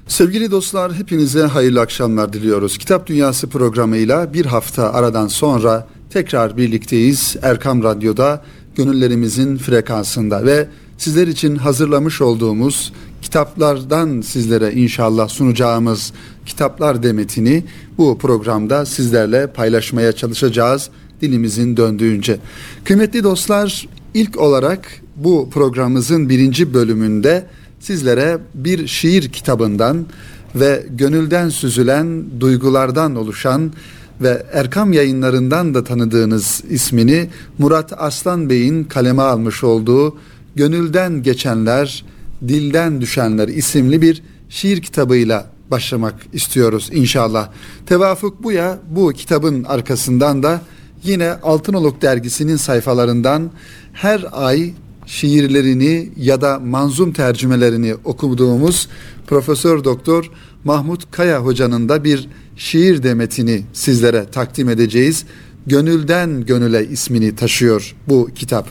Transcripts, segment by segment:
Sevgili dostlar, hepinize hayırlı akşamlar diliyoruz. Kitap Dünyası programıyla bir hafta aradan sonra tekrar birlikteyiz. Erkam Radyo'da, gönüllerimizin frekansında ve sizler için hazırlamış olduğumuz kitaplardan sizlere inşallah sunacağımız kitaplar demetini bu programda sizlerle paylaşmaya çalışacağız dilimizin döndüğünce. Kıymetli dostlar, ilk olarak bu programımızın 1. bölümünde sizlere bir şiir kitabından ve gönülden süzülen duygulardan oluşan ve Erkam Yayınlarından da tanıdığınız ismini Murat Arslan Bey'in kaleme almış olduğu Gönülden Geçenler, Dilden Düşenler isimli bir şiir kitabıyla başlamak istiyoruz inşallah. Tevafuk bu ya, bu kitabın arkasından da yine Altınoluk dergisinin sayfalarından her ay şiirlerini ya da manzum tercümelerini okuduğumuz Profesör Doktor Mahmut Kaya Hoca'nın da bir şiir demetini sizlere takdim edeceğiz. Gönülden Gönüle ismini taşıyor bu kitap.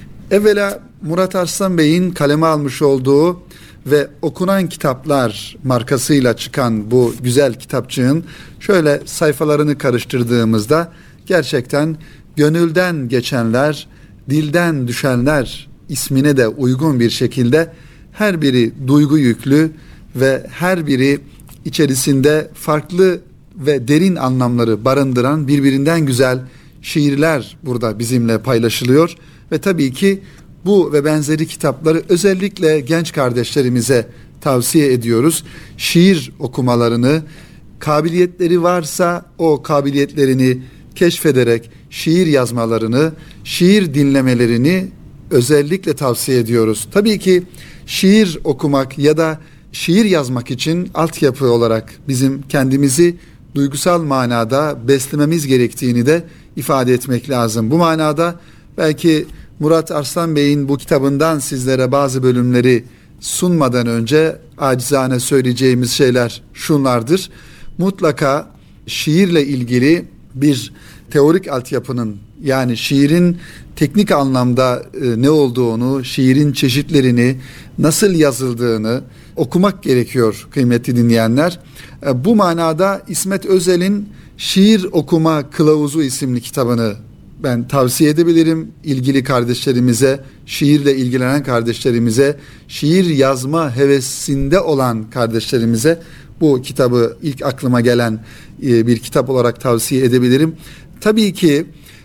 Evvela Murat Arslan Bey'in kaleme almış olduğu ve Okunan Kitaplar markasıyla çıkan bu güzel kitapçığın şöyle sayfalarını karıştırdığımızda gerçekten gönülden geçenler, dilden düşenler ismine de uygun bir şekilde her biri duygu yüklü ve her biri içerisinde farklı ve derin anlamları barındıran birbirinden güzel şiirler burada bizimle paylaşılıyor ve tabii ki bu ve benzeri kitapları özellikle genç kardeşlerimize tavsiye ediyoruz. Şiir okumalarını, kabiliyetleri varsa o kabiliyetlerini keşfederek şiir yazmalarını, şiir dinlemelerini özellikle tavsiye ediyoruz. Tabii ki şiir okumak ya da şiir yazmak için altyapı olarak bizim kendimizi duygusal manada beslememiz gerektiğini de ifade etmek lazım. Bu manada belki Murat Arslan Bey'in bu kitabından sizlere bazı bölümleri sunmadan önce acizane söyleyeceğimiz şeyler şunlardır. Mutlaka şiirle ilgili bir teorik altyapının, yani şiirin teknik anlamda ne olduğunu, şiirin çeşitlerini, nasıl yazıldığını okumak gerekiyor kıymetli dinleyenler. Bu manada İsmet Özel'in Şiir Okuma Kılavuzu isimli kitabını ben tavsiye edebilirim. İlgili kardeşlerimize, şiirle ilgilenen kardeşlerimize, şiir yazma hevesinde olan kardeşlerimize bu kitabı ilk aklıma gelen bir kitap olarak tavsiye edebilirim. Tabii ki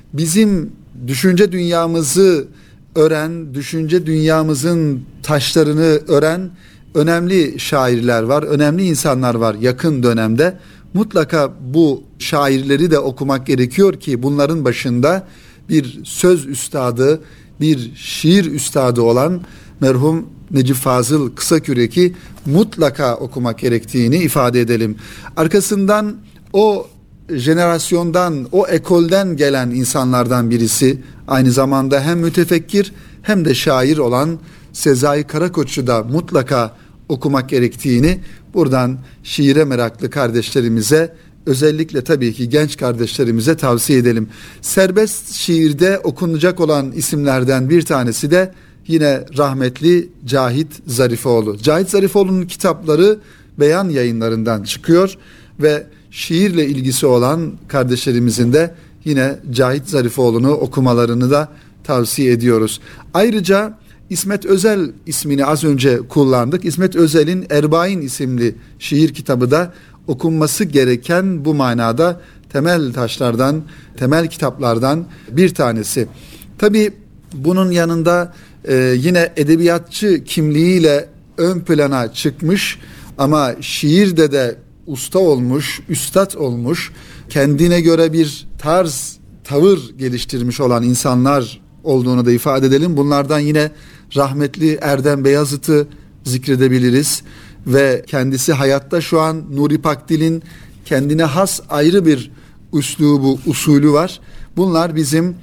bizim düşünce dünyamızı ören, düşünce dünyamızın taşlarını ören önemli şairler var, önemli insanlar var yakın dönemde. Mutlaka bu şairleri de okumak gerekiyor ki bunların başında bir söz üstadı, bir şiir üstadı olan merhum Necip Fazıl Kısakürek'i mutlaka okumak gerektiğini ifade edelim. Arkasından o jenerasyondan, o ekolden gelen insanlardan birisi, aynı zamanda hem mütefekkir hem de şair olan Sezai Karakoç'u da mutlaka okumak gerektiğini buradan şiire meraklı kardeşlerimize, özellikle tabii ki genç kardeşlerimize tavsiye edelim. Serbest şiirde okunacak olan isimlerden bir tanesi de yine rahmetli Cahit Zarifoğlu. Cahit Zarifoğlu'nun kitapları Beyan Yayınlarından çıkıyor ve şiirle ilgisi olan kardeşlerimizin de yine Cahit Zarifoğlu'nu okumalarını da tavsiye ediyoruz. Ayrıca İsmet Özel ismini az önce kullandık. İsmet Özel'in Erbain isimli şiir kitabı da okunması gereken bu manada temel taşlardan, temel kitaplardan bir tanesi. Tabii bunun yanında yine edebiyatçı kimliğiyle ön plana çıkmış ama şiirde de usta olmuş, üstad olmuş, kendine göre bir tarz, tavır geliştirmiş olan insanlar olduğunu da ifade edelim. Bunlardan yine rahmetli Erdem Beyazıt'ı zikredebiliriz ve kendisi hayatta şu an Nuri Pakdil'in kendine has ayrı bir üslubu, usulü var. Bunlar bizim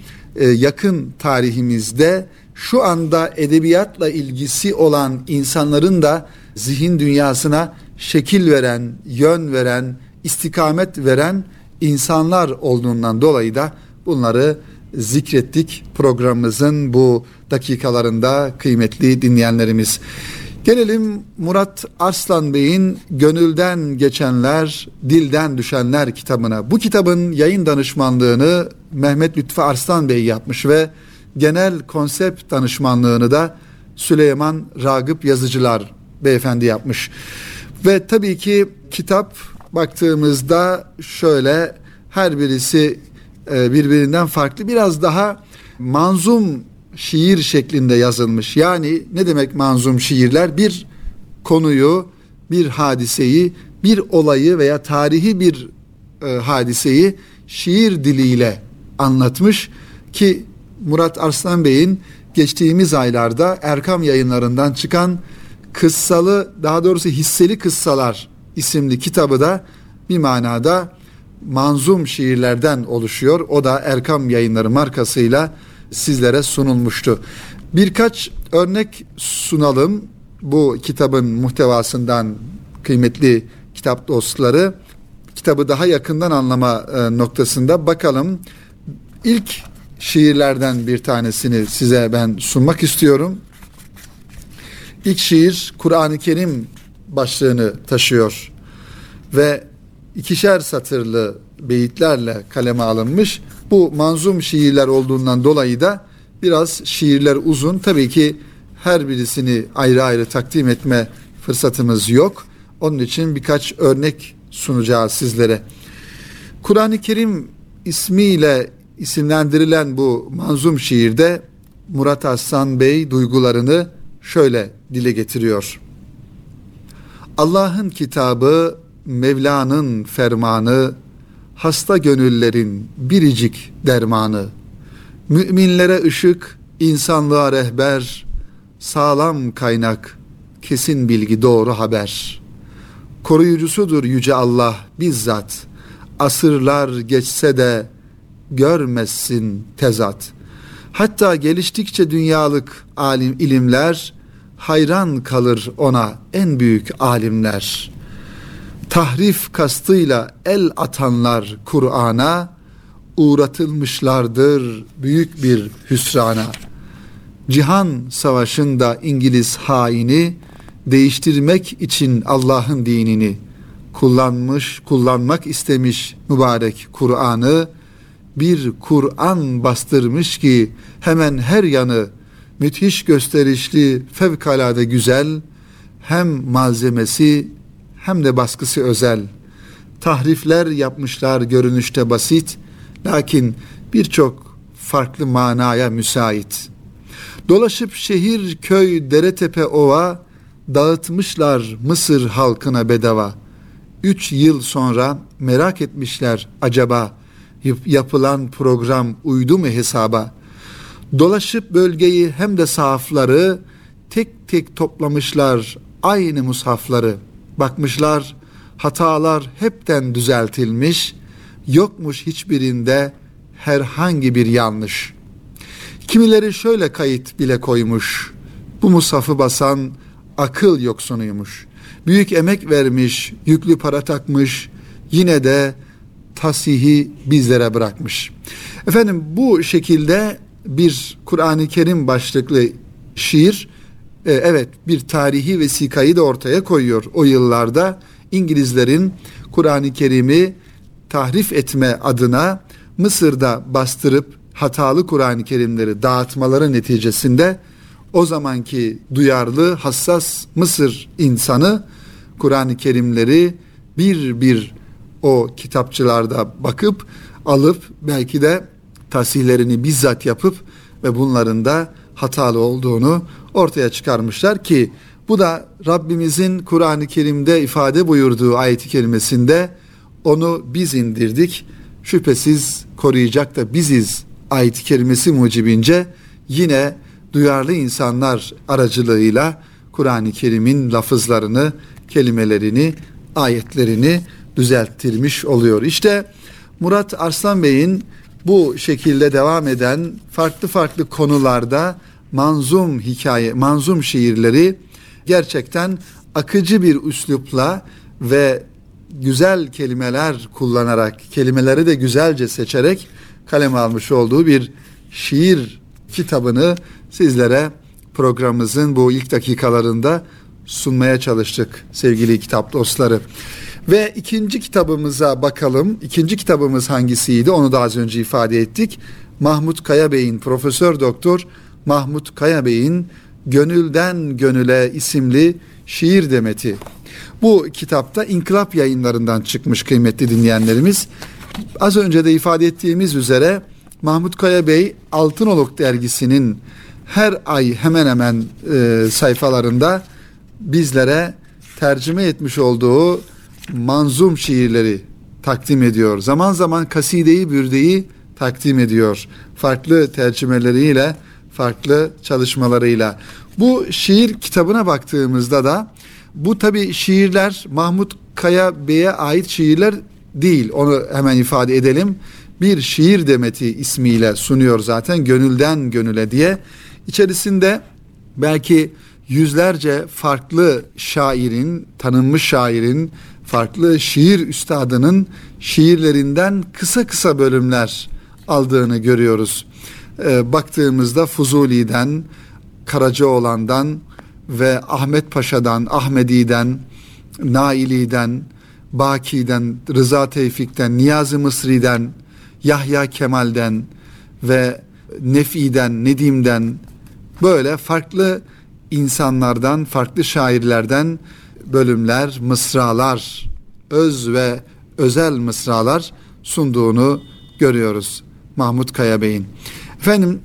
yakın tarihimizde şu anda edebiyatla ilgisi olan insanların da zihin dünyasına şekil veren, yön veren, istikamet veren insanlar olduğundan dolayı da bunları zikrettik programımızın bu dakikalarında kıymetli dinleyenlerimiz. Gelelim Murat Arslan Bey'in Gönülden Geçenler, Dilden Düşenler kitabına. Bu kitabın yayın danışmanlığını Mehmet Lütfü Arslan Bey yapmış ve genel konsept danışmanlığını da Süleyman Ragıp Yazıcılar beyefendi yapmış. Ve tabii ki kitap baktığımızda şöyle, her birisi birbirinden farklı, biraz daha manzum şiir şeklinde yazılmış. Yani ne demek manzum şiirler? Bir konuyu, bir hadiseyi, bir olayı veya tarihi bir hadiseyi şiir diliyle anlatmış ki Murat Arslan Bey'in geçtiğimiz aylarda Erkam Yayınlarından çıkan kıssalı, daha doğrusu hisseli kıssalar isimli kitabı da bir manada manzum şiirlerden oluşuyor. O da Erkam Yayınları markasıyla sizlere sunulmuştu. Birkaç örnek sunalım bu kitabın muhtevasından kıymetli kitap dostları. Kitabı daha yakından anlama noktasında bakalım. İlk şiirlerden bir tanesini size ben sunmak istiyorum. İlk şiir Kur'an-ı Kerim başlığını taşıyor ve 2'şer satırlı beyitlerle kaleme alınmış. Bu manzum şiirler olduğundan dolayı da biraz şiirler uzun. Tabii ki her birisini ayrı ayrı takdim etme fırsatımız yok. Onun için birkaç örnek sunacağız sizlere. Kur'an-ı Kerim ismiyle isimlendirilen bu manzum şiirde Murat Arslan Bey duygularını şöyle dile getiriyor. Allah'ın kitabı, Mevla'nın fermanı, hasta gönüllerin biricik dermanı, müminlere ışık, insanlığa rehber, sağlam kaynak, kesin bilgi, doğru haber. Koruyucusudur yüce Allah bizzat, asırlar geçse de görmezsin tezat. Hatta geliştikçe dünyalık alim ilimler, hayran kalır ona en büyük alimler. Tahrif kastıyla el atanlar Kur'an'a, uğratılmışlardır büyük bir hüsrana. Cihan savaşında İngiliz haini, değiştirmek için Allah'ın dinini kullanmak istemiş mübarek Kur'an'ı, bir Kur'an bastırmış ki hemen her yanı müthiş gösterişli, fevkalade güzel, hem malzemesi hem de baskısı özel. Tahrifler yapmışlar görünüşte basit, lakin birçok farklı manaya müsait. Dolaşıp şehir, köy, dere, tepe, ova, dağıtmışlar Mısır halkına bedava. 3 yıl sonra merak etmişler acaba yapılan program uydu mu hesaba? Dolaşıp bölgeyi hem de sahafları tek tek toplamışlar aynı mushafları. Bakmışlar hatalar hepten düzeltilmiş, yokmuş hiçbirinde herhangi bir yanlış. Kimileri şöyle kayıt bile koymuş, bu mushafı basan akıl yoksunuymuş. Büyük emek vermiş, yüklü para takmış, yine de tasihi bizlere bırakmış. Efendim bu şekilde bir Kur'an-ı Kerim başlıklı şiir, evet, bir tarihi vesikayı da ortaya koyuyor. O yıllarda İngilizlerin Kur'an-ı Kerim'i tahrif etme adına Mısır'da bastırıp hatalı Kur'an-ı Kerimleri dağıtmaları neticesinde o zamanki duyarlı, hassas Mısır insanı Kur'an-ı Kerimleri bir bir o kitapçılarda bakıp alıp belki de tasihlerini bizzat yapıp ve bunların da hatalı olduğunu ortaya çıkarmışlar ki bu da Rabbimizin Kur'an-ı Kerim'de ifade buyurduğu ayet-i kerimesinde onu biz indirdik, şüphesiz koruyacak da biziz ayet-i kerimesi mucibince yine duyarlı insanlar aracılığıyla Kur'an-ı Kerim'in lafızlarını, kelimelerini, ayetlerini düzelttirmiş oluyor. İşte Murat Arslan Bey'in bu şekilde devam eden farklı farklı konularda manzum hikaye, manzum şiirleri gerçekten akıcı bir üslupla ve güzel kelimeler kullanarak, kelimeleri de güzelce seçerek kaleme almış olduğu bir şiir kitabını sizlere programımızın bu ilk dakikalarında sunmaya çalıştık sevgili kitap dostları. Ve ikinci kitabımıza bakalım. İkinci kitabımız hangisiydi? Onu da az önce ifade ettik. Mahmut Kaya Bey'in, Profesör Doktor Mahmut Kaya Bey'in Gönülden Gönüle isimli şiir demeti. Bu kitapta İnkılap Yayınlarından çıkmış kıymetli dinleyenlerimiz. Az önce de ifade ettiğimiz üzere Mahmut Kaya Bey Altınoluk dergisinin her ay hemen hemen sayfalarında bizlere tercüme etmiş olduğu manzum şiirleri takdim ediyor. Zaman zaman kasideyi, bürdeyi takdim ediyor. Farklı tercümeleriyle, farklı çalışmalarıyla. Bu şiir kitabına baktığımızda da bu tabii şiirler Mahmut Kaya Bey'e ait şiirler değil. Onu hemen ifade edelim. Bir şiir demeti ismiyle sunuyor zaten, Gönülden Gönüle diye. İçerisinde belki yüzlerce farklı şairin, tanınmış şairin, farklı şiir üstadının şiirlerinden kısa kısa bölümler aldığını görüyoruz. Baktığımızda Fuzuli'den, Karacaoğlan'dan ve Ahmet Paşa'dan, Ahmedi'den, Naili'den, Baki'den, Rıza Tevfik'ten, Niyazi Mısri'den, Yahya Kemal'den ve Nefi'den, Nedim'den, böyle farklı insanlardan, farklı şairlerden bölümler, mısralar, öz ve özel mısralar sunduğunu görüyoruz Mahmut Kaya Bey'in. Efendim,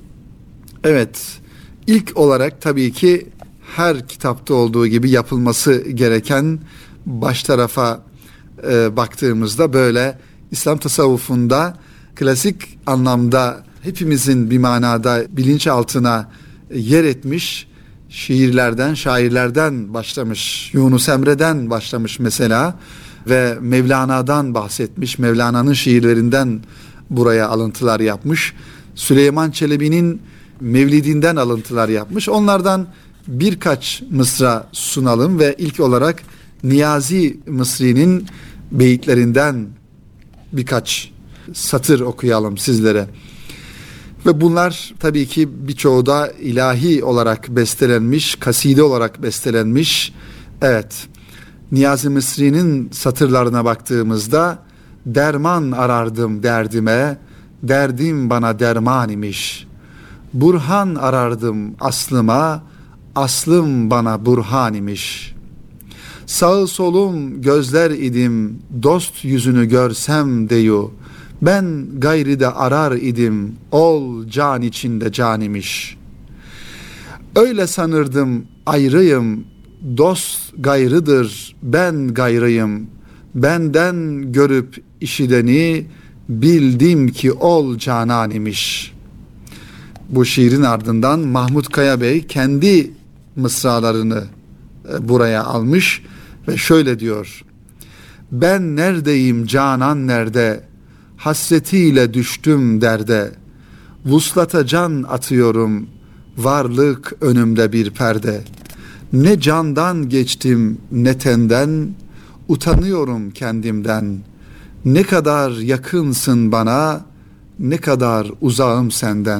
evet, ilk olarak tabii ki her kitapta olduğu gibi yapılması gereken baş tarafa baktığımızda böyle İslam tasavvufunda klasik anlamda hepimizin bir manada bilinçaltına yer etmiş şiirlerden, şairlerden başlamış. Yunus Emre'den başlamış mesela ve Mevlana'dan bahsetmiş. Mevlana'nın şiirlerinden buraya alıntılar yapmış. Süleyman Çelebi'nin Mevlidinden alıntılar yapmış. Onlardan birkaç mısra sunalım ve ilk olarak Niyazi Mısri'nin beyitlerinden birkaç satır okuyalım sizlere. Ve bunlar tabii ki birçoğu da ilahi olarak bestelenmiş, kaside olarak bestelenmiş. Evet, Niyazi Mısri'nin satırlarına baktığımızda derman arardım derdime, derdim bana derman imiş. Burhan arardım aslıma, aslım bana burhan imiş. Sağı solum gözler idim, dost yüzünü görsem deyu. Ben gayri de arar idim, ol can içinde can imiş. Öyle sanırdım ayrıyım, dost gayrıdır, ben gayrıyım. Benden görüp işideni, bildim ki ol canan imiş. Bu şiirin ardından Mahmut Kaya Bey kendi mısralarını buraya almış ve şöyle diyor: ben neredeyim canan nerede, hasretiyle düştüm derde, vuslata can atıyorum, varlık önümde bir perde. Ne candan geçtim ne tenden, utanıyorum kendimden. Ne kadar yakınsın bana, ne kadar uzağım senden.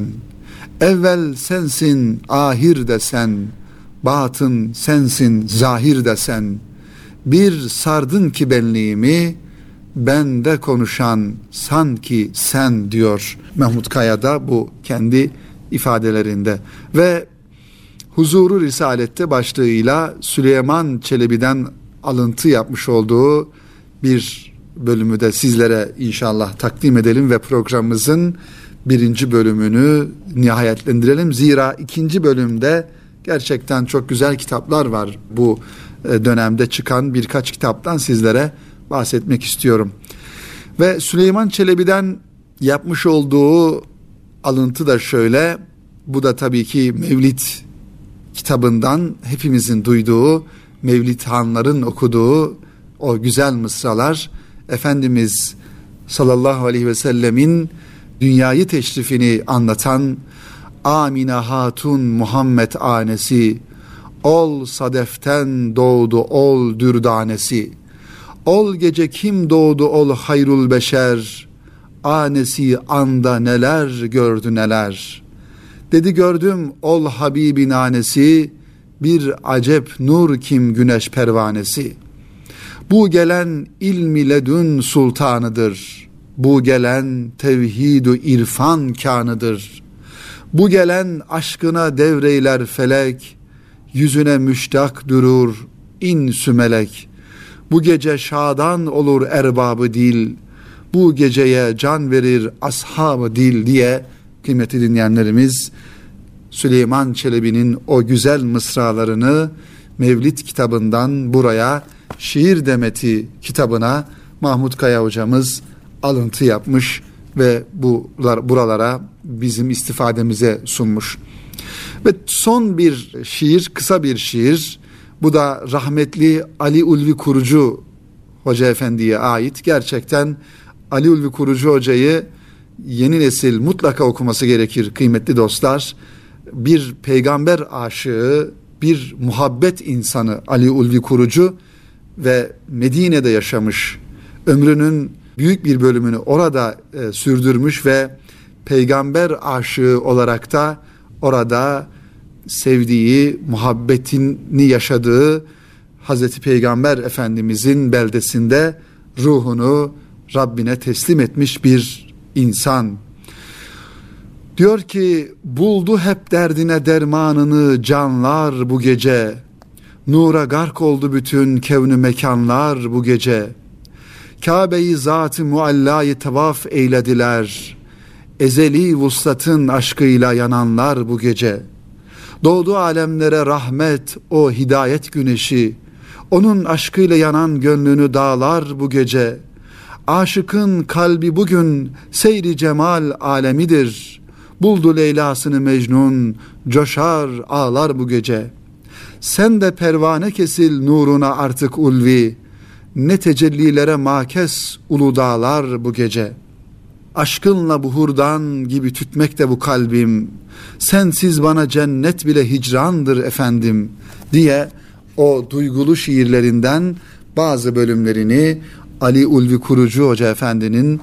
Evvel sensin, ahir de sen, batın sensin, zahir de sen. Bir sardın ki benliğimi, bende konuşan sanki sen diyor Mahmut Kaya'da bu kendi ifadelerinde. Ve Huzuru Risalette başlığıyla Süleyman Çelebi'den alıntı yapmış olduğu bir bölümü de sizlere inşallah takdim edelim ve programımızın birinci bölümünü nihayetlendirelim. Zira ikinci bölümde gerçekten çok güzel kitaplar var. Bu dönemde çıkan birkaç kitaptan sizlere bahsetmek istiyorum. Ve Süleyman Çelebi'den yapmış olduğu alıntı da şöyle. Bu da tabii ki Mevlid kitabından hepimizin duyduğu, Mevlid hanların okuduğu o güzel mısralar. Efendimiz sallallahu aleyhi ve sellemin dünyayı teşrifini anlatan Amine Hatun Muhammed anesi, ol sadeften doğdu ol dürdanesi, ol gece kim doğdu ol hayrul beşer, anesi anda neler gördü neler. Dedi gördüm ol Habibin anesi, bir acep nur kim güneş pervanesi. Bu gelen ilmi ledün sultanıdır. Bu gelen tevhid-ü irfan kânıdır. Bu gelen aşkına devreyler felek, yüzüne müştak durur insü melek. Bu gece şadan olur erbabı dil, bu geceye can verir ashab-ı dil diye kıymetli dinleyenlerimiz Süleyman Çelebi'nin o güzel mısralarını Mevlid kitabından buraya Şiir Demeti kitabına Mahmut Kaya hocamız alıntı yapmış ve buralara bizim istifademize sunmuş. Ve son bir şiir, kısa bir şiir. Bu da rahmetli Ali Ulvi Kurucu Hoca Efendi'ye ait. Gerçekten Ali Ulvi Kurucu Hoca'yı yeni nesil mutlaka okuması gerekir kıymetli dostlar. Bir peygamber aşığı, bir muhabbet insanı Ali Ulvi Kurucu ve Medine'de yaşamış. Ömrünün büyük bir bölümünü orada sürdürmüş ve peygamber aşığı olarak da orada sevdiği, muhabbetini yaşadığı Hazreti Peygamber Efendimizin beldesinde ruhunu Rabbine teslim etmiş bir insan. Diyor ki, buldu hep derdine dermanını canlar bu gece. Nura gark oldu bütün kevnü mekanlar bu gece. Kabe-i zat-ı muallayı tavaf eylediler. Ezeli vuslatın aşkıyla yananlar bu gece. Doğdu alemlere rahmet o hidayet güneşi. Onun aşkıyla yanan gönlünü dağlar bu gece. Aşıkın kalbi bugün seyri cemal alemidir. Buldu Leyla'sını Mecnun, coşar ağlar bu gece. Sen de pervane kesil nuruna artık ulvi. Ne tecellilere makes ulu dağlar bu gece. Aşkınla buhurdan gibi tütmekte bu kalbim. Sensiz bana cennet bile hicrandır efendim diye o duygulu şiirlerinden bazı bölümlerini Ali Ulvi Kurucu Hoca Efendi'nin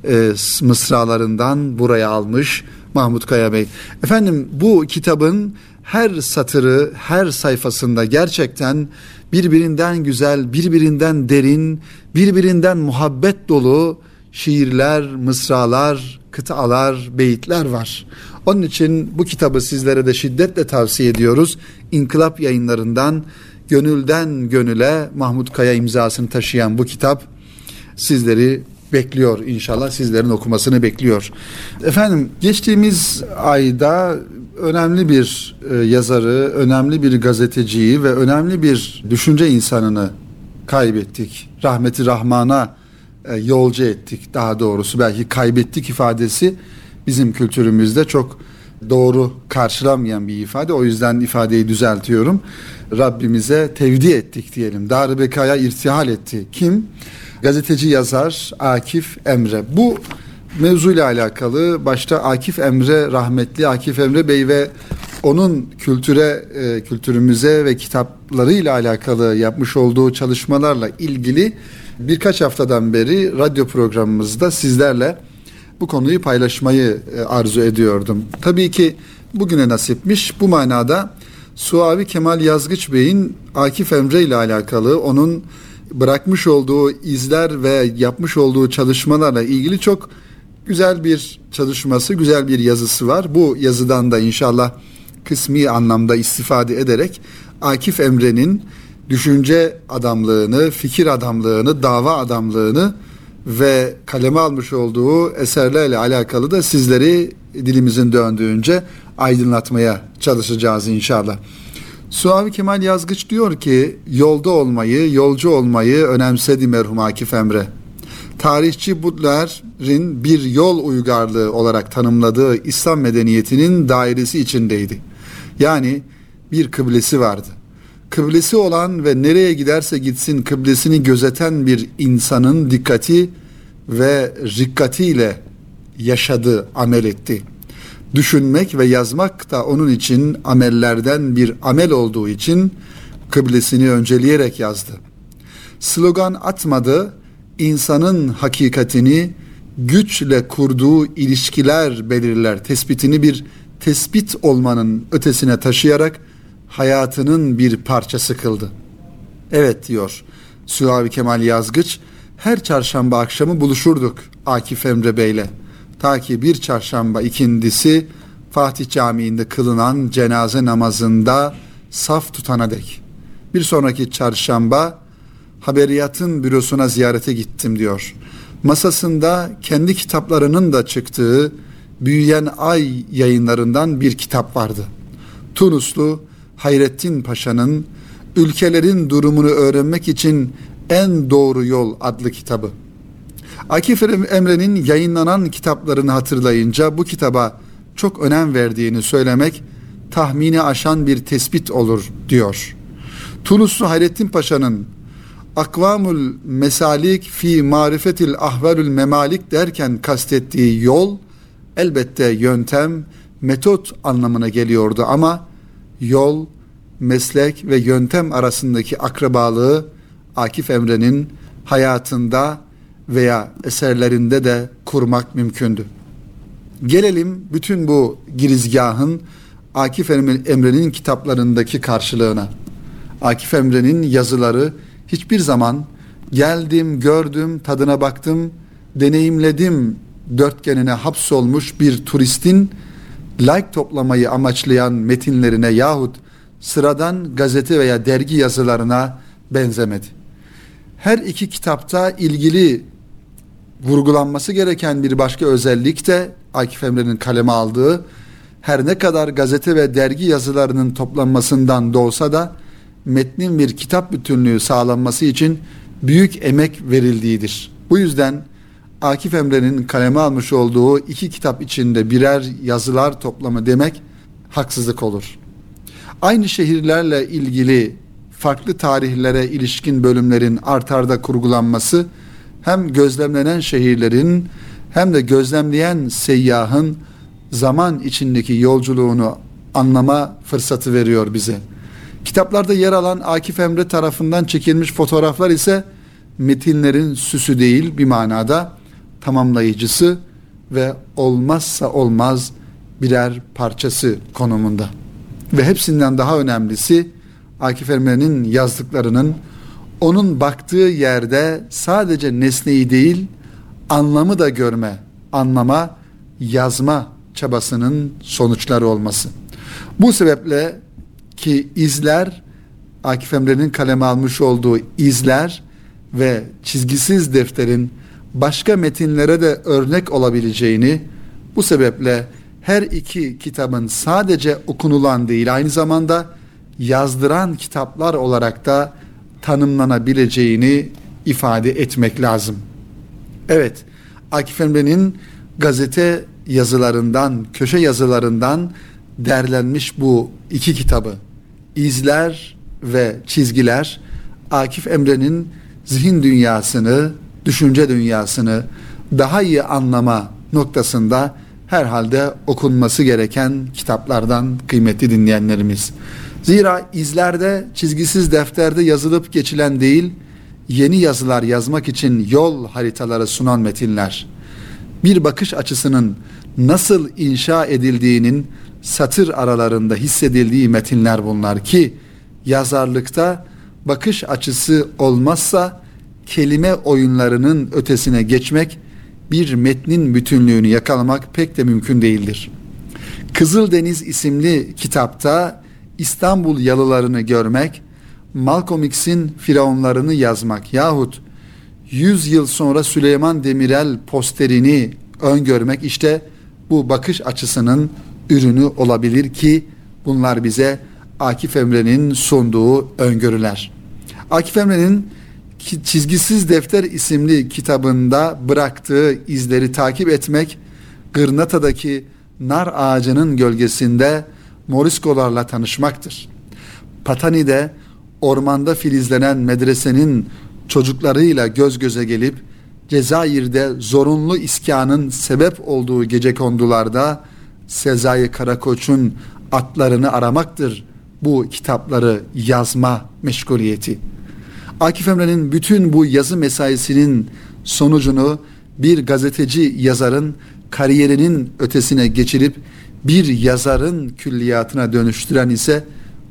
mısralarından buraya almış Mahmut Kaya Bey. Efendim bu kitabın her satırı, her sayfasında gerçekten birbirinden güzel, birbirinden derin, birbirinden muhabbet dolu şiirler, mısralar, kıtalar, beyitler var. Onun için bu kitabı sizlere de şiddetle tavsiye ediyoruz. İnkılap Yayınlarından Gönülden Gönüle Mahmut Kaya imzasını taşıyan bu kitap sizleri bekliyor inşallah. Sizlerin okumasını bekliyor. Efendim geçtiğimiz ayda önemli bir yazarı, önemli bir gazeteciyi ve önemli bir düşünce insanını kaybettik. Rahmeti Rahman'a yolcu ettik. Daha doğrusu belki kaybettik ifadesi bizim kültürümüzde çok doğru karşılanmayan bir ifade. O yüzden ifadeyi düzeltiyorum. Rabbimize tevdi ettik diyelim. Dar-ı Bekaya irtihal etti. Kim? Gazeteci yazar Akif Emre. Bu mevzuyla alakalı başta Akif Emre, rahmetli Akif Emre Bey ve onun kültürümüze ve kitaplarıyla alakalı yapmış olduğu çalışmalarla ilgili birkaç haftadan beri radyo programımızda sizlerle bu konuyu paylaşmayı arzu ediyordum. Tabii ki bugüne nasipmiş. Bu manada Suavi Kemal Yazgıç Bey'in Akif Emre ile alakalı onun bırakmış olduğu izler ve yapmış olduğu çalışmalarla ilgili çok güzel bir çalışması, güzel bir yazısı var. Bu yazıdan da inşallah kısmi anlamda istifade ederek Akif Emre'nin düşünce adamlığını, fikir adamlığını, dava adamlığını ve kaleme almış olduğu eserlerle alakalı da sizleri dilimizin döndüğünce aydınlatmaya çalışacağız inşallah. Suavi Kemal Yazgıç diyor ki, yolda olmayı, yolcu olmayı önemsedi merhum Akif Emre. Tarihçi Butler'in bir yol uygarlığı olarak tanımladığı İslam medeniyetinin dairesi içindeydi. Yani bir kıblesi vardı. Kıblesi olan ve nereye giderse gitsin kıblesini gözeten bir insanın dikkati ve rikkatiyle yaşadı, amel etti. Düşünmek ve yazmak da onun için amellerden bir amel olduğu için kıblesini önceleyerek yazdı. Slogan atmadı, insanın hakikatini güçle kurduğu ilişkiler belirler tespitini bir tespit olmanın ötesine taşıyarak hayatının bir parçası kıldı. Evet diyor Suavi Kemal Yazgıç, her çarşamba akşamı buluşurduk Akif Emre Bey'le. Ta ki bir çarşamba ikindisi Fatih Camii'nde kılınan cenaze namazında saf tutana dek. Bir sonraki çarşamba haberiyatın bürosuna ziyarete gittim diyor. Masasında kendi kitaplarının da çıktığı Büyüyen Ay yayınlarından bir kitap vardı. Tunuslu Hayrettin Paşa'nın Ülkelerin Durumunu Öğrenmek için En Doğru Yol adlı kitabı. Akif Emre'nin yayınlanan kitaplarını hatırlayınca bu kitaba çok önem verdiğini söylemek tahmini aşan bir tespit olur diyor. Tunuslu Hayrettin Paşa'nın Akvamul Mesalik fi Marifetil Ahvalül Memalik derken kastettiği yol elbette yöntem, metot anlamına geliyordu ama yol, meslek ve yöntem arasındaki akrabalığı Akif Emre'nin hayatında veya eserlerinde de kurmak mümkündü. Gelelim bütün bu girizgahın Akif Emre'nin kitaplarındaki karşılığına. Akif Emre'nin yazıları hiçbir zaman geldim, gördüm, tadına baktım, deneyimledim dörtgenine hapsolmuş bir turistin like toplamayı amaçlayan metinlerine yahut sıradan gazete veya dergi yazılarına benzemedi. Her iki kitapta ilgili vurgulanması gereken bir başka özellik de Akif Emre'nin kaleme aldığı, her ne kadar gazete ve dergi yazılarının toplanmasından doğsa da metnin bir kitap bütünlüğü sağlanması için büyük emek verildiğidir. Bu yüzden Akif Emre'nin kaleme almış olduğu iki kitap içinde birer yazılar toplamı demek haksızlık olur. Aynı şehirlerle ilgili farklı tarihlere ilişkin bölümlerin art arda kurgulanması hem gözlemlenen şehirlerin hem de gözlemleyen seyyahın zaman içindeki yolculuğunu anlama fırsatı veriyor bize. Kitaplarda yer alan Akif Emre tarafından çekilmiş fotoğraflar ise metinlerin süsü değil, bir manada tamamlayıcısı ve olmazsa olmaz birer parçası konumunda. Ve hepsinden daha önemlisi Akif Emre'nin yazdıklarının onun baktığı yerde sadece nesneyi değil, anlamı da görme, anlama, yazma çabasının sonuçları olması. Bu sebeple ki izler, Akif Emre'nin kaleme almış olduğu izler ve çizgisiz defterin başka metinlere de örnek olabileceğini, bu sebeple her iki kitabın sadece okunulan değil, aynı zamanda yazdıran kitaplar olarak da tanımlanabileceğini ifade etmek lazım. Evet, Akif Emre'nin gazete yazılarından, köşe yazılarından derlenmiş bu iki kitabı, İzler ve Çizgiler, Akif Emre'nin zihin dünyasını, düşünce dünyasını daha iyi anlama noktasında herhalde okunması gereken kitaplardan kıymetli dinleyenlerimiz. Zira izlerde çizgisiz defterde yazılıp geçilen değil, yeni yazılar yazmak için yol haritaları sunan metinler. Bir bakış açısının nasıl inşa edildiğinin satır aralarında hissedildiği metinler bunlar ki yazarlıkta bakış açısı olmazsa kelime oyunlarının ötesine geçmek, bir metnin bütünlüğünü yakalamak pek de mümkün değildir. Kızıldeniz isimli kitapta İstanbul yalılarını görmek, Malcolm X'in Firavunlarını yazmak yahut 100 yıl sonra Süleyman Demirel posterini öngörmek işte bu bakış açısının ürünü olabilir ki bunlar bize Akif Emre'nin sunduğu öngörüler. Akif Emre'nin Çizgisiz Defter isimli kitabında bıraktığı izleri takip etmek, Gırnata'daki nar ağacının gölgesinde Moriskolarla tanışmaktır. Patani'de ormanda filizlenen medresenin çocuklarıyla göz göze gelip Cezayir'de zorunlu iskanın sebep olduğu gecekondularda Sezai Karakoç'un atlarını aramaktır bu kitapları yazma meşguliyeti. Akif Emre'nin bütün bu yazı mesaisinin sonucunu bir gazeteci yazarın kariyerinin ötesine geçirip bir yazarın külliyatına dönüştüren ise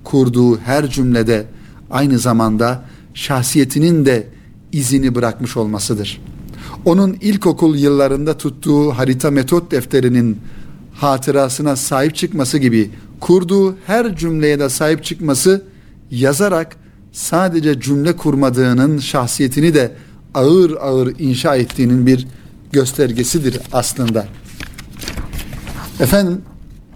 kurduğu her cümlede aynı zamanda şahsiyetinin de izini bırakmış olmasıdır. Onun ilkokul yıllarında tuttuğu harita metot defterinin hatırasına sahip çıkması gibi kurduğu her cümleye de sahip çıkması, yazarak sadece cümle kurmadığının, şahsiyetini de ağır ağır inşa ettiğinin bir göstergesidir aslında. Efendim,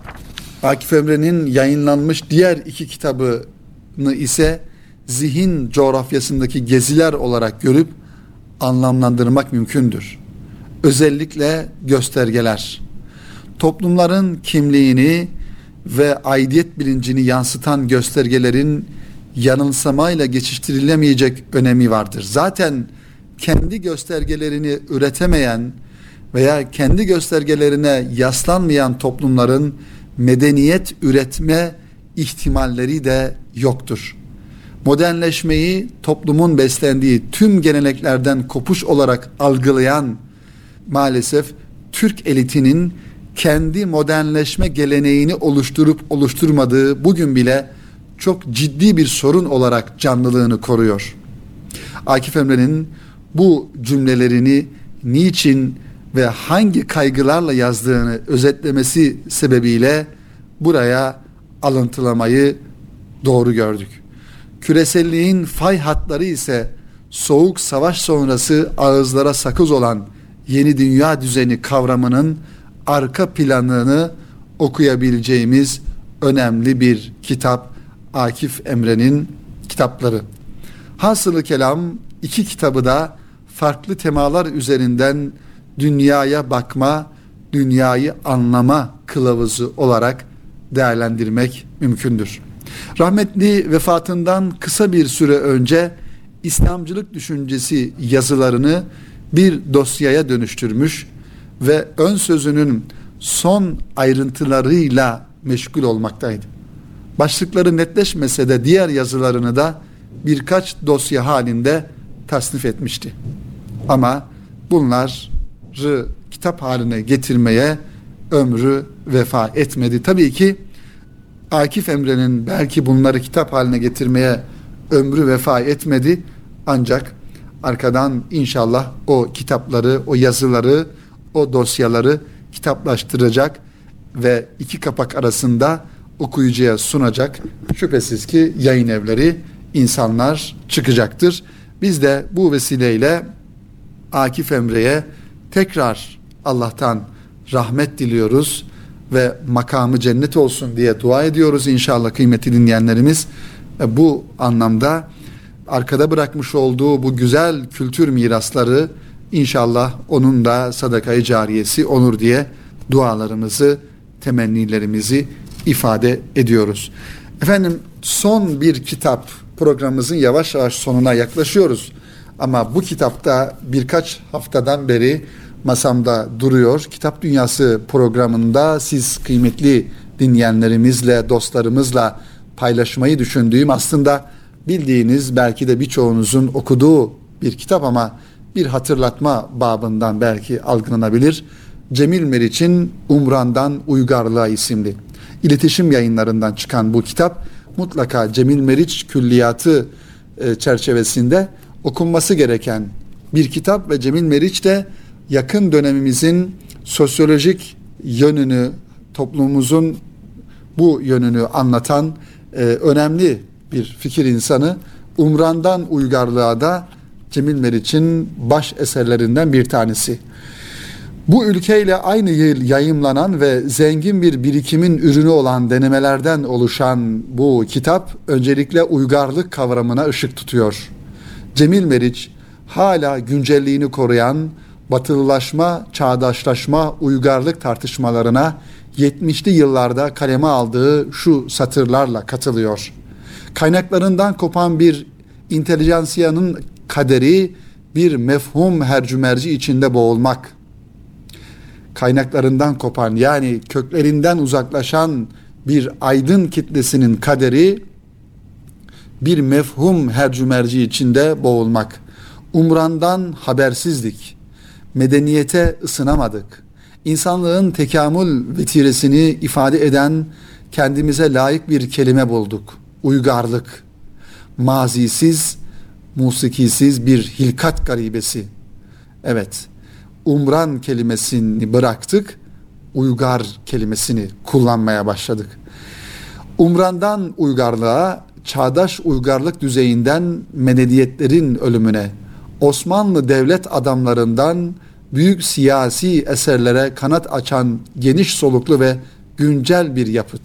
Akif Emre'nin yayınlanmış diğer 2 kitabını ise zihin coğrafyasındaki geziler olarak görüp anlamlandırmak mümkündür. Özellikle göstergeler, toplumların kimliğini ve aidiyet bilincini yansıtan göstergelerin yanılsamayla geçiştirilemeyecek önemi vardır. Zaten kendi göstergelerini üretemeyen veya kendi göstergelerine yaslanmayan toplumların medeniyet üretme ihtimalleri de yoktur. Modernleşmeyi toplumun beslendiği tüm geleneklerden kopuş olarak algılayan maalesef Türk elitinin kendi modernleşme geleneğini oluşturup oluşturmadığı bugün bile çok ciddi bir sorun olarak canlılığını koruyor. Akif Emre'nin bu cümlelerini niçin ve hangi kaygılarla yazdığını özetlemesi sebebiyle buraya alıntılamayı doğru gördük. Küreselliğin fay hatları ise soğuk savaş sonrası ağızlara sakız olan yeni dünya düzeni kavramının arka planını okuyabileceğimiz önemli bir kitap Akif Emre'nin kitapları. Hasılı kelam 2 kitabı da farklı temalar üzerinden dünyaya bakma, dünyayı anlama kılavuzu olarak değerlendirmek mümkündür. Rahmetli vefatından kısa bir süre önce İslamcılık düşüncesi yazılarını bir dosyaya dönüştürmüş ve ön sözünün son ayrıntılarıyla meşgul olmaktaydı. Başlıkları netleşmese de diğer yazılarını da birkaç dosya halinde tasnif etmişti. Ama bunları kitap haline getirmeye ömrü vefa etmedi. Tabii ki Akif Emre'nin belki bunları kitap haline getirmeye ömrü vefa etmedi. Ancak arkadan inşallah o kitapları, o yazıları, o dosyaları kitaplaştıracak ve 2 kapak arasında okuyucuya sunacak. Şüphesiz ki yayın evleri, insanlar çıkacaktır. Biz de bu vesileyle Akif Emre'ye tekrar Allah'tan rahmet diliyoruz ve makamı cennet olsun diye dua ediyoruz inşallah kıymetli dinleyenlerimiz. Bu anlamda arkada bırakmış olduğu bu güzel kültür mirasları inşallah onun da sadaka-i cariyesi olur diye dualarımızı, temennilerimizi ifade ediyoruz. Efendim, son bir kitap, programımızın yavaş yavaş sonuna yaklaşıyoruz. Ama bu kitapta birkaç haftadan beri masamda duruyor. Kitap Dünyası programında siz kıymetli dinleyenlerimizle, dostlarımızla paylaşmayı düşündüğüm, aslında bildiğiniz, belki de birçoğunuzun okuduğu bir kitap ama bir hatırlatma babından belki algılanabilir. Cemil Meriç'in Umran'dan Uygarlığa isimli iletişim yayınlarından çıkan bu kitap mutlaka Cemil Meriç külliyatı çerçevesinde okunması gereken bir kitap ve Cemil Meriç de yakın dönemimizin sosyolojik yönünü, toplumumuzun bu yönünü anlatan önemli bir fikir insanı. Umran'dan Uygarlığa da Cemil Meriç'in baş eserlerinden bir tanesi. Bu ülkeyle aynı yıl yayımlanan ve zengin bir birikimin ürünü olan denemelerden oluşan bu kitap öncelikle uygarlık kavramına ışık tutuyor. Cemil Meriç hala güncelliğini koruyan batılılaşma, çağdaşlaşma, uygarlık tartışmalarına 70'li yıllarda kaleme aldığı şu satırlarla katılıyor. Kaynaklarından kopan bir intelijansiyanın kaderi bir mefhum hercümerci içinde boğulmak. Kaynaklarından kopan, yani köklerinden uzaklaşan bir aydın kitlesinin kaderi bir mefhum hercümerci içinde boğulmak. Umran'dan habersizlik, medeniyete ısınamadık. İnsanlığın tekamül vetiresini ifade eden kendimize layık bir kelime bulduk. uygarlık, mazisiz, musikisiz bir hilkat garibesi. Evet, umran kelimesini bıraktık, uygar kelimesini kullanmaya başladık. Umrandan uygarlığa, çağdaş uygarlık düzeyinden medeniyetlerin ölümüne, Osmanlı devlet adamlarından büyük siyasi eserlere kanat açan geniş soluklu ve güncel bir yapıt.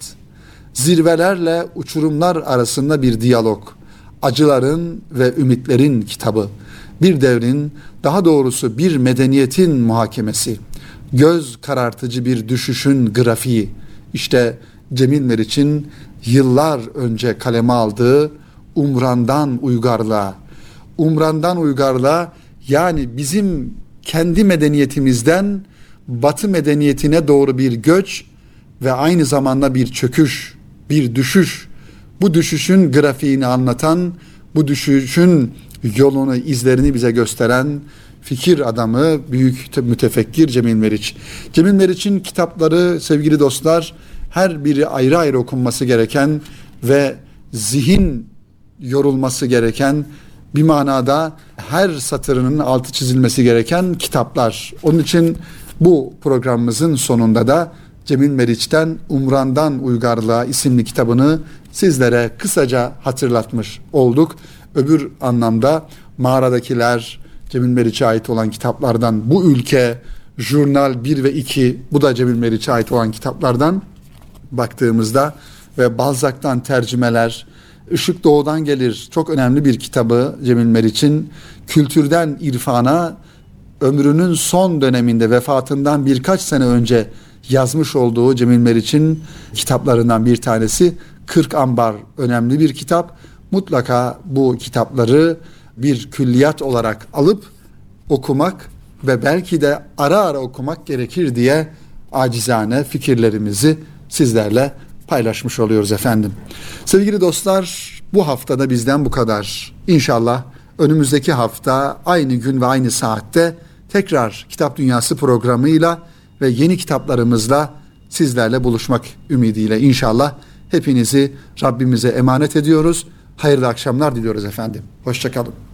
Zirvelerle uçurumlar arasında bir diyalog. Acıların ve ümitlerin kitabı. Bir devrin, daha doğrusu bir medeniyetin muhakemesi. Göz karartıcı bir düşüşün grafiği. İşte Cemil Meriç'in yıllar önce kaleme aldığı Umrandan Uygarlığa. Umrandan Uygarlığa, yani bizim kendi medeniyetimizden Batı medeniyetine doğru bir göç ve aynı zamanda bir çöküş, bir düşüş. Bu düşüşün grafiğini anlatan, bu düşüşün yolunu, izlerini bize gösteren fikir adamı, büyük mütefekkir Cemil Meriç. Cemil Meriç'in kitapları sevgili dostlar, her biri ayrı ayrı okunması gereken ve zihin yorulması gereken, bir manada her satırının altı çizilmesi gereken kitaplar. Onun için bu programımızın sonunda da Cemil Meriç'ten Umrandan Uygarlığa isimli kitabını sizlere kısaca hatırlatmış olduk. Öbür anlamda Mağaradakiler, Cemil Meriç'e ait olan kitaplardan, Bu Ülke, Jurnal 1 ve 2, bu da Cemil Meriç'e ait olan kitaplardan baktığımızda ve Balzac'tan tercümeler, Işık Doğu'dan Gelir, çok önemli bir kitabı Cemil Meriç'in, kültürden irfana, ömrünün son döneminde vefatından birkaç sene önce yazmış olduğu Cemil Meriç'in kitaplarından bir tanesi 40 Ambar, önemli bir kitap. Mutlaka bu kitapları bir külliyat olarak alıp okumak ve belki de ara ara okumak gerekir diye acizane fikirlerimizi sizlerle paylaşmış oluyoruz efendim. Sevgili dostlar, bu haftada bizden bu kadar. İnşallah önümüzdeki hafta aynı gün ve aynı saatte tekrar Kitap Dünyası programıyla ve yeni kitaplarımızla sizlerle buluşmak ümidiyle inşallah hepinizi Rabbimize emanet ediyoruz. Hayırlı akşamlar diliyoruz efendim. Hoşça kalın.